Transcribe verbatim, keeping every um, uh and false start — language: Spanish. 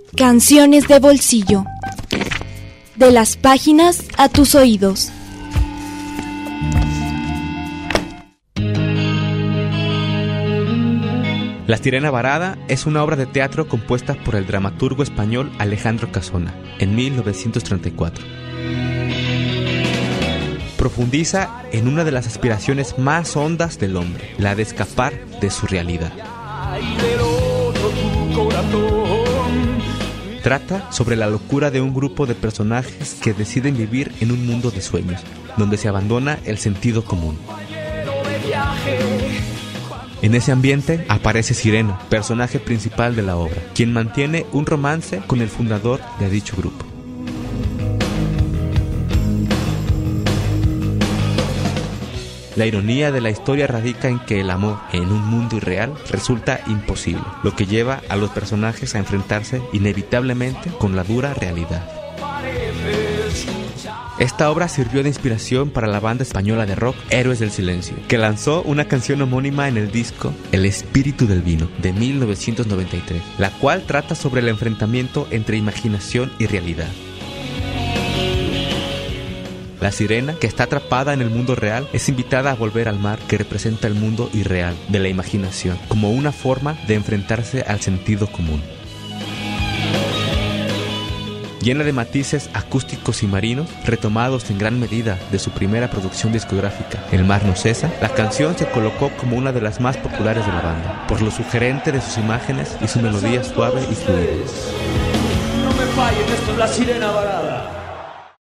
Canciones de bolsillo. De las páginas a tus oídos. La Sirena Varada es una obra de teatro compuesta por el dramaturgo español Alejandro Casona en mil novecientos treinta y cuatro. Profundiza en una de las aspiraciones más hondas del hombre, la de escapar de su realidad. Trata sobre la locura de un grupo de personajes que deciden vivir en un mundo de sueños, donde se abandona el sentido común. En ese ambiente aparece Sireno, personaje principal de la obra, quien mantiene un romance con el fundador de dicho grupo. La ironía de la historia radica en que el amor en un mundo irreal resulta imposible, lo que lleva a los personajes a enfrentarse inevitablemente con la dura realidad. Esta obra sirvió de inspiración para la banda española de rock Héroes del Silencio, que lanzó una canción homónima en el disco El Espíritu del Vino, de mil novecientos noventa y tres, la cual trata sobre el enfrentamiento entre imaginación y realidad. La sirena, que está atrapada en el mundo real, es invitada a volver al mar, que representa el mundo irreal de la imaginación, como una forma de enfrentarse al sentido común. Llena de matices acústicos y marinos, retomados en gran medida de su primera producción discográfica, El Mar No Cesa, la canción se colocó como una de las más populares de la banda, por lo sugerente de sus imágenes y su melodía suave y fluida. No me fallen, esto es La Sirena Varada.